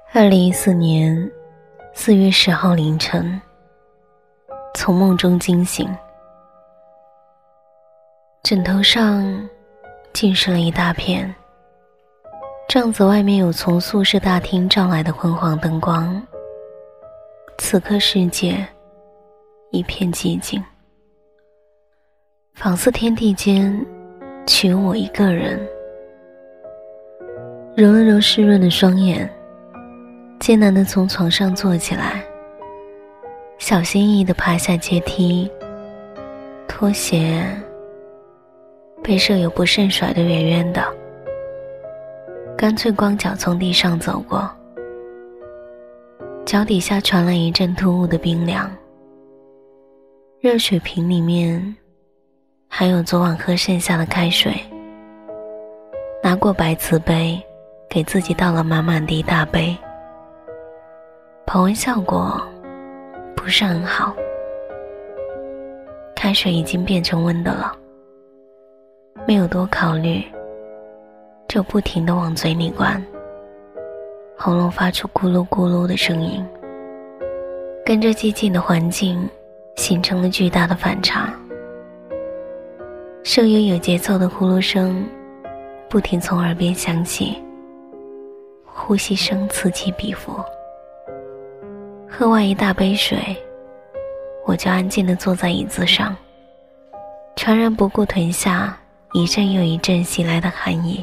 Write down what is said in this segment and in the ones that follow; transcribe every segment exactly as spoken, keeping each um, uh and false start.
二零一四年四月十号凌晨，从梦中惊醒，枕头上浸湿了一大片，帐子外面有从宿舍大厅照来的昏黄灯光。此刻世界一片寂静，仿似天地间只有我一个人。揉了揉湿润的双眼，艰难地从床上坐起来，小心翼翼地爬下阶梯，拖鞋被舍友不慎甩得远远的，干脆光脚从地上走过。脚底下传来一阵突兀的冰凉，热水瓶里面还有昨晚喝剩下的开水，拿过白瓷杯给自己倒了满满的一大杯，保温效果不是很好，开水已经变成温的了，没有多考虑，就不停地往嘴里灌，喉咙发出咕噜咕噜的声音，跟着寂静的环境形成了巨大的反差。声音有节奏的呼噜声不停从耳边响起，呼吸声此起彼伏。喝完一大杯水，我就安静地坐在椅子上，全然不顾臀下一阵又一阵袭来的寒意。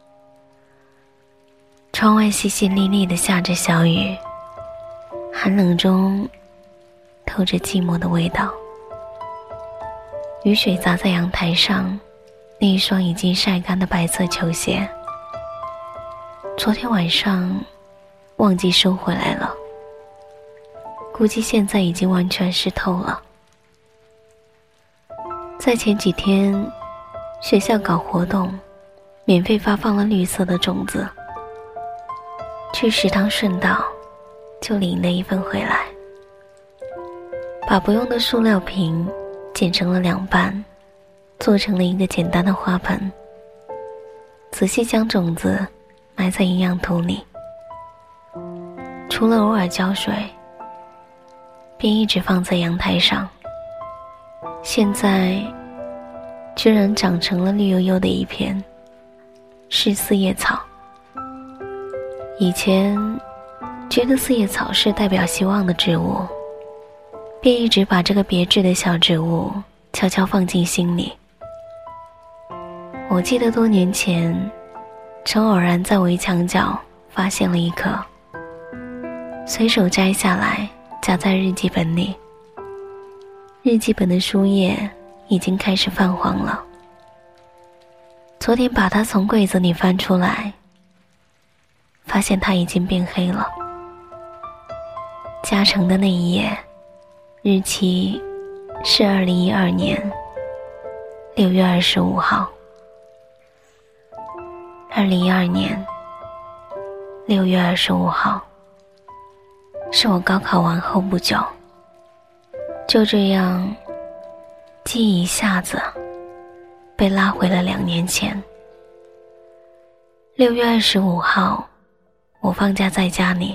窗外淅淅沥沥地下着小雨，寒冷中透着寂寞的味道。雨水砸在阳台上那一双已经晒干的白色球鞋，昨天晚上忘记收回来了，估计现在已经完全湿透了。在前几天学校搞活动，免费发放了绿色的种子，去食堂顺道就领了一份回来，把不用的塑料瓶剪成了两半，做成了一个简单的花盆，仔细将种子埋在营养土里，除了偶尔浇水，便一直放在阳台上。现在居然长成了绿油油的一片，是四叶草。以前觉得四叶草是代表希望的植物，便一直把这个别致的小植物悄悄放进心里。我记得多年前曾偶然在围墙角发现了一颗，随手摘下来夹在日记本里，日记本的书页已经开始泛黄了。昨天把它从柜子里翻出来，发现它已经变黑了。夹成的那一页，日期是二零一二年六月二十五号。二零一二年六月二十五号，是我高考完后不久。就这样，记忆一下子被拉回了两年前。六月二十五号，我放假在家里，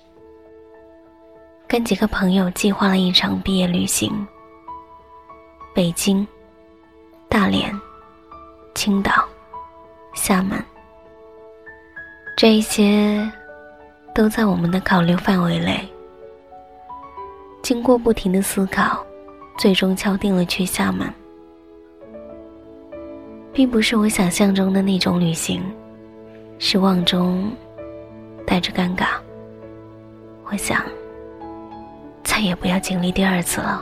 跟几个朋友计划了一场毕业旅行。北京、大连、青岛、厦门，这一些都在我们的考虑范围内。经过不停的思考，最终敲定了去厦门。并不是我想象中的那种旅行，失望中带着尴尬。我想再也不要经历第二次了。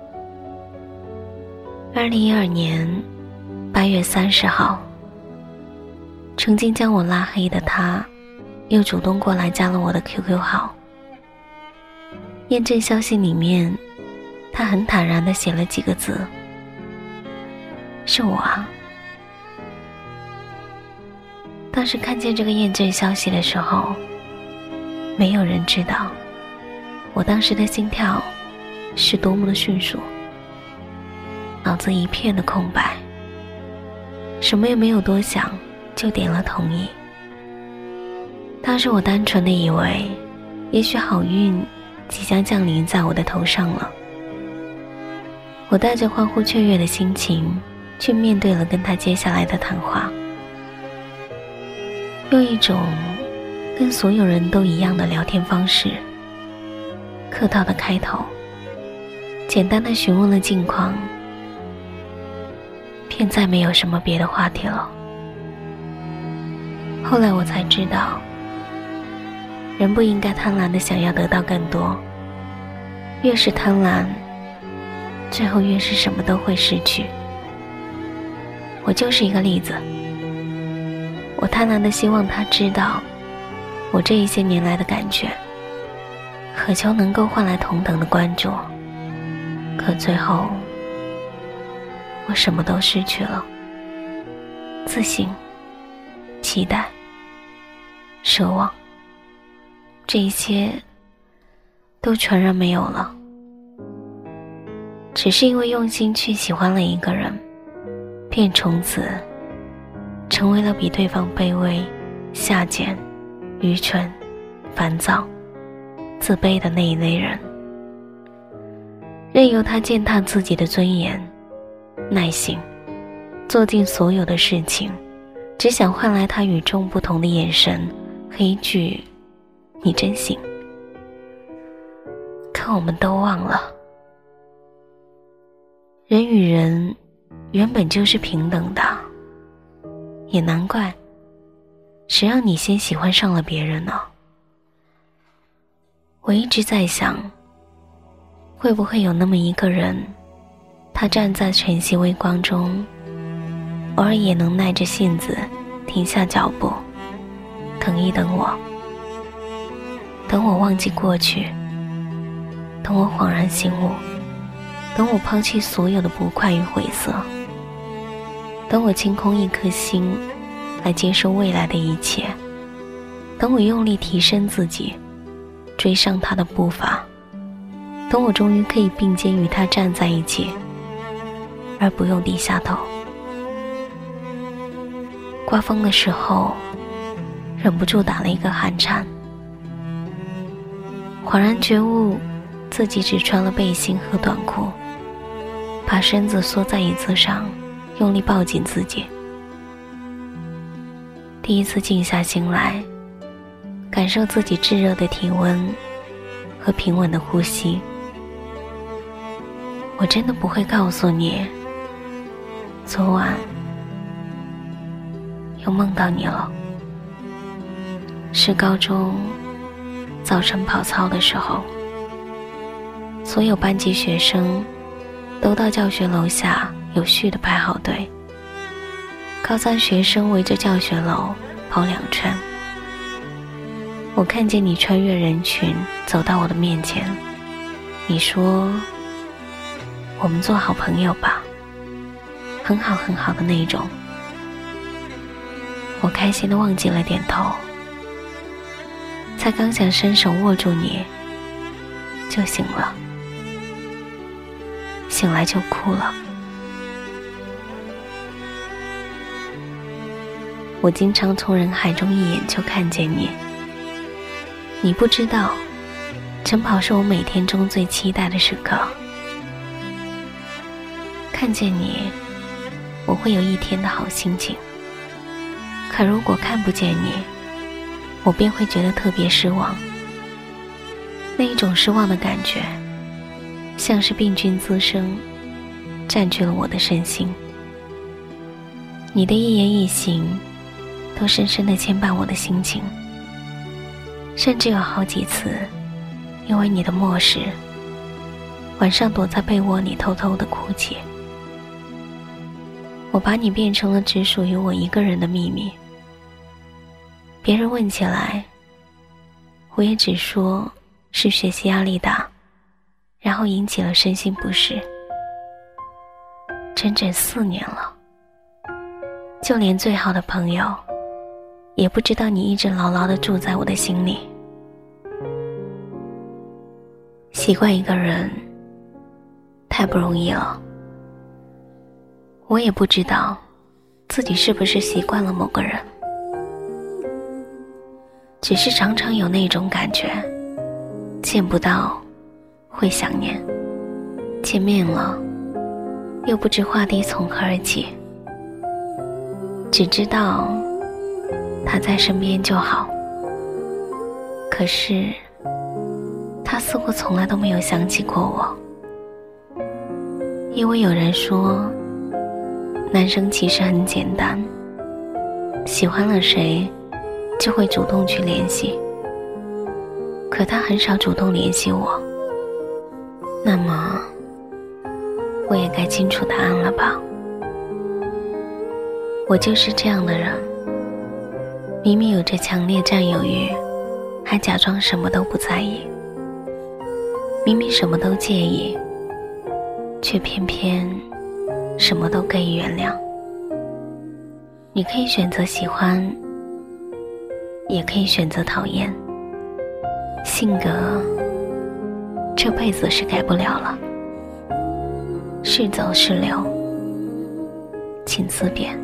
二零一二年八月三十号，曾经将我拉黑的他又主动过来加了我的 Q Q 号。验证消息里面，他很坦然地写了几个字：是我啊。当时看见这个验证消息的时候，没有人知道我当时的心跳是多么的迅速，脑子一片的空白，什么也没有多想就点了同意。 当时我单纯的以为，也许好运即将降临在我的头上了。我带着欢呼雀跃的心情去面对了跟他接下来的谈话，用一种跟所有人都一样的聊天方式，客套的开头，简单的询问了近况，便再没有什么别的话题了。后来我才知道，人不应该贪婪的想要得到更多，越是贪婪，最后越是什么都会失去。我就是一个例子，我贪婪的希望他知道我这一些年来的感觉，渴求能够换来同等的关注，可最后我什么都失去了，自信、期待、奢望，这一些都全然没有了。只是因为用心去喜欢了一个人，便从此成为了比对方卑微、下贱、愚蠢、烦躁、自卑的那一类人，任由他践踏自己的尊严，耐心做尽所有的事情，只想换来他与众不同的眼神和一句你真行。可我们都忘了，人与人原本就是平等的，也难怪谁让你先喜欢上了别人呢？我一直在想，会不会有那么一个人，他站在晨曦微光中，偶尔也能耐着性子停下脚步，等一等我，等我忘记过去，等我恍然醒悟，等我抛弃所有的不快与晦涩，等我清空一颗心来接受未来的一切，等我用力提升自己，追上他的步伐，等我终于可以并肩与他站在一起，而不用低下头。刮风的时候忍不住打了一个寒颤，恍然觉悟自己只穿了背心和短裤，把身子缩在椅子上，用力抱紧自己。第一次静下心来，感受自己炙热的体温和平稳的呼吸。我真的不会告诉你，昨晚又梦到你了。是高中早晨跑操的时候，所有班级学生都到教学楼下有序地排好队，高三学生围着教学楼跑两圈。我看见你穿越人群走到我的面前，你说我们做好朋友吧，很好很好的那种。我开心地忘记了点头，才刚想伸手握住你就醒了，醒来就哭了。我经常从人海中一眼就看见你，你不知道，晨跑是我每天中最期待的时刻。看见你，我会有一天的好心情。可如果看不见你，我便会觉得特别失望。那一种失望的感觉，像是病菌滋生，占据了我的身心。你的一言一行，都深深地牵绊我的心情。甚至有好几次，因为你的漠视，晚上躲在被窝里偷偷地哭泣。我把你变成了只属于我一个人的秘密。别人问起来，我也只说是学习压力大，然后引起了身心不适。整整四年了，就连最好的朋友也不知道你一直牢牢地住在我的心里。习惯一个人太不容易了，我也不知道自己是不是习惯了某个人。 只是常常有那种感觉，见不到会想念，见面了又不知话题从何而起，只知道他在身边就好。可是他似乎从来都没有想起过我。因为有人说，男生其实很简单，喜欢了谁就会主动去联系，可他很少主动联系我。那么我也该清楚答案了吧。我就是这样的人，明明有着强烈占有欲，还假装什么都不在意，明明什么都介意，却偏偏什么都可以原谅。你可以选择喜欢，也可以选择讨厌，性格这辈子是改不了了，是走是留，请自便。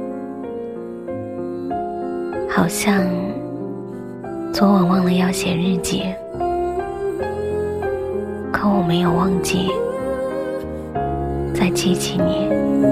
好像昨晚忘了要写日记，可我没有忘记再记起你。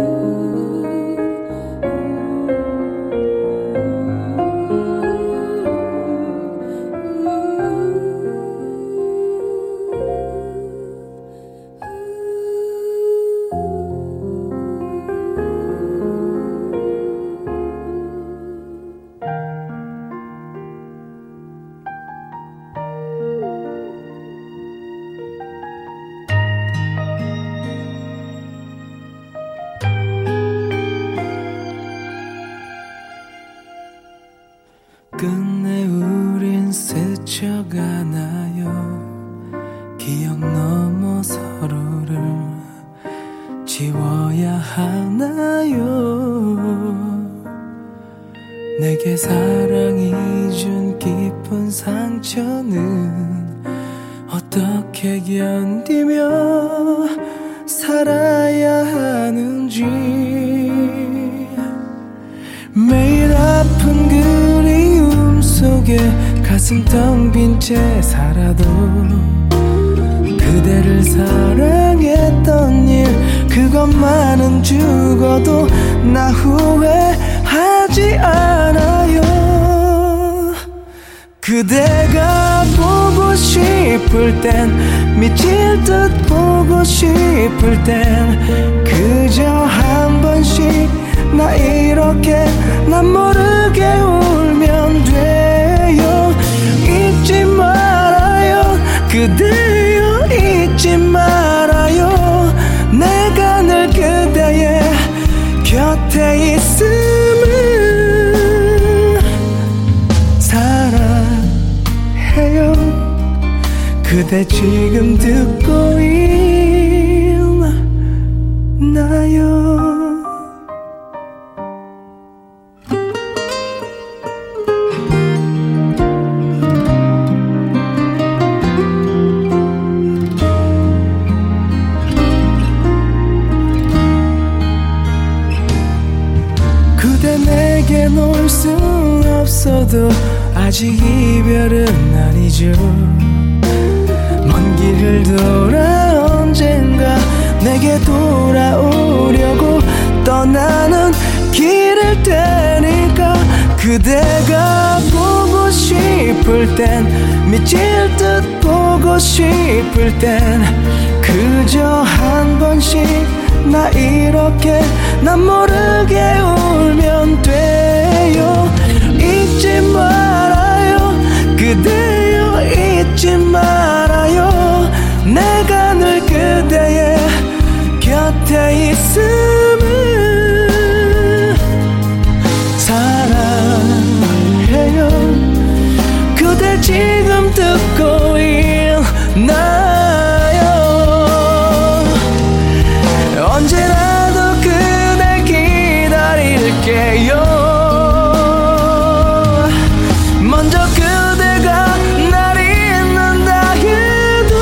끝내 우린 스쳐가나요. 기억 넘어 서로를 지워야 하나요. 내게 사랑이 준 깊은 상처는 어떻게 견디며 살아야 하는지. 매일 아픈 그리움 속에 가슴 텅 빈 채 살아도 그대를 사랑했던 일 그것만은 죽어도 나 후회하지 않아요. 그대가 보고 싶을 땐 미칠 듯 보고 싶을 땐 그저 한 번씩 나 이렇게 난 모르게 울면 돼요. 잊지 말아요 그대여 잊지 말아요. 내가 늘 그대의 곁에 있음을 사랑해요. 그대 지금 듣고 있나요? 내겐 올 수 없어도 아직 이별은 아니죠. 먼 길을 돌아 언젠가 내게 돌아오려고 떠나는 길일 테니까 그대가 보고 싶을 땐 미칠 듯 보고 싶을 땐 그저 한 번씩 나 이렇게 난 모르게 울면 돼요. 잊지 말아요 그대여 잊지 말아요. 내가 늘 그대의 곁에 있음을 사랑해요. 그대 지금 듣고 있나요? 언제라도 그댈 기다릴게요. 먼저 그대가 날 잊는다 해도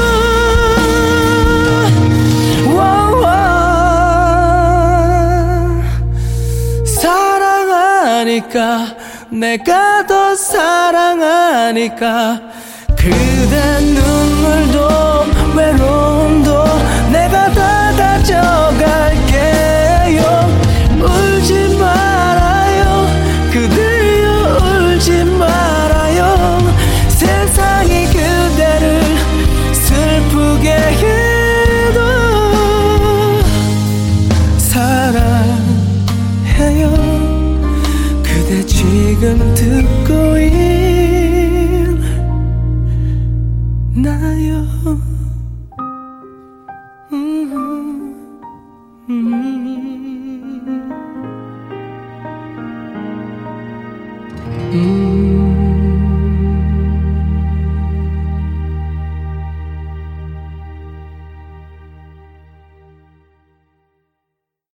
사랑하니까 내가 더 사랑하니까 그대 눈물도 외로움도 내가 다 가져갈게요. 울지 말아요 그대여 울지 말아요. 세상이 그대를 슬프게 해도 사랑해요. 그대 지금 듣고 있나요? 음, 음, 음.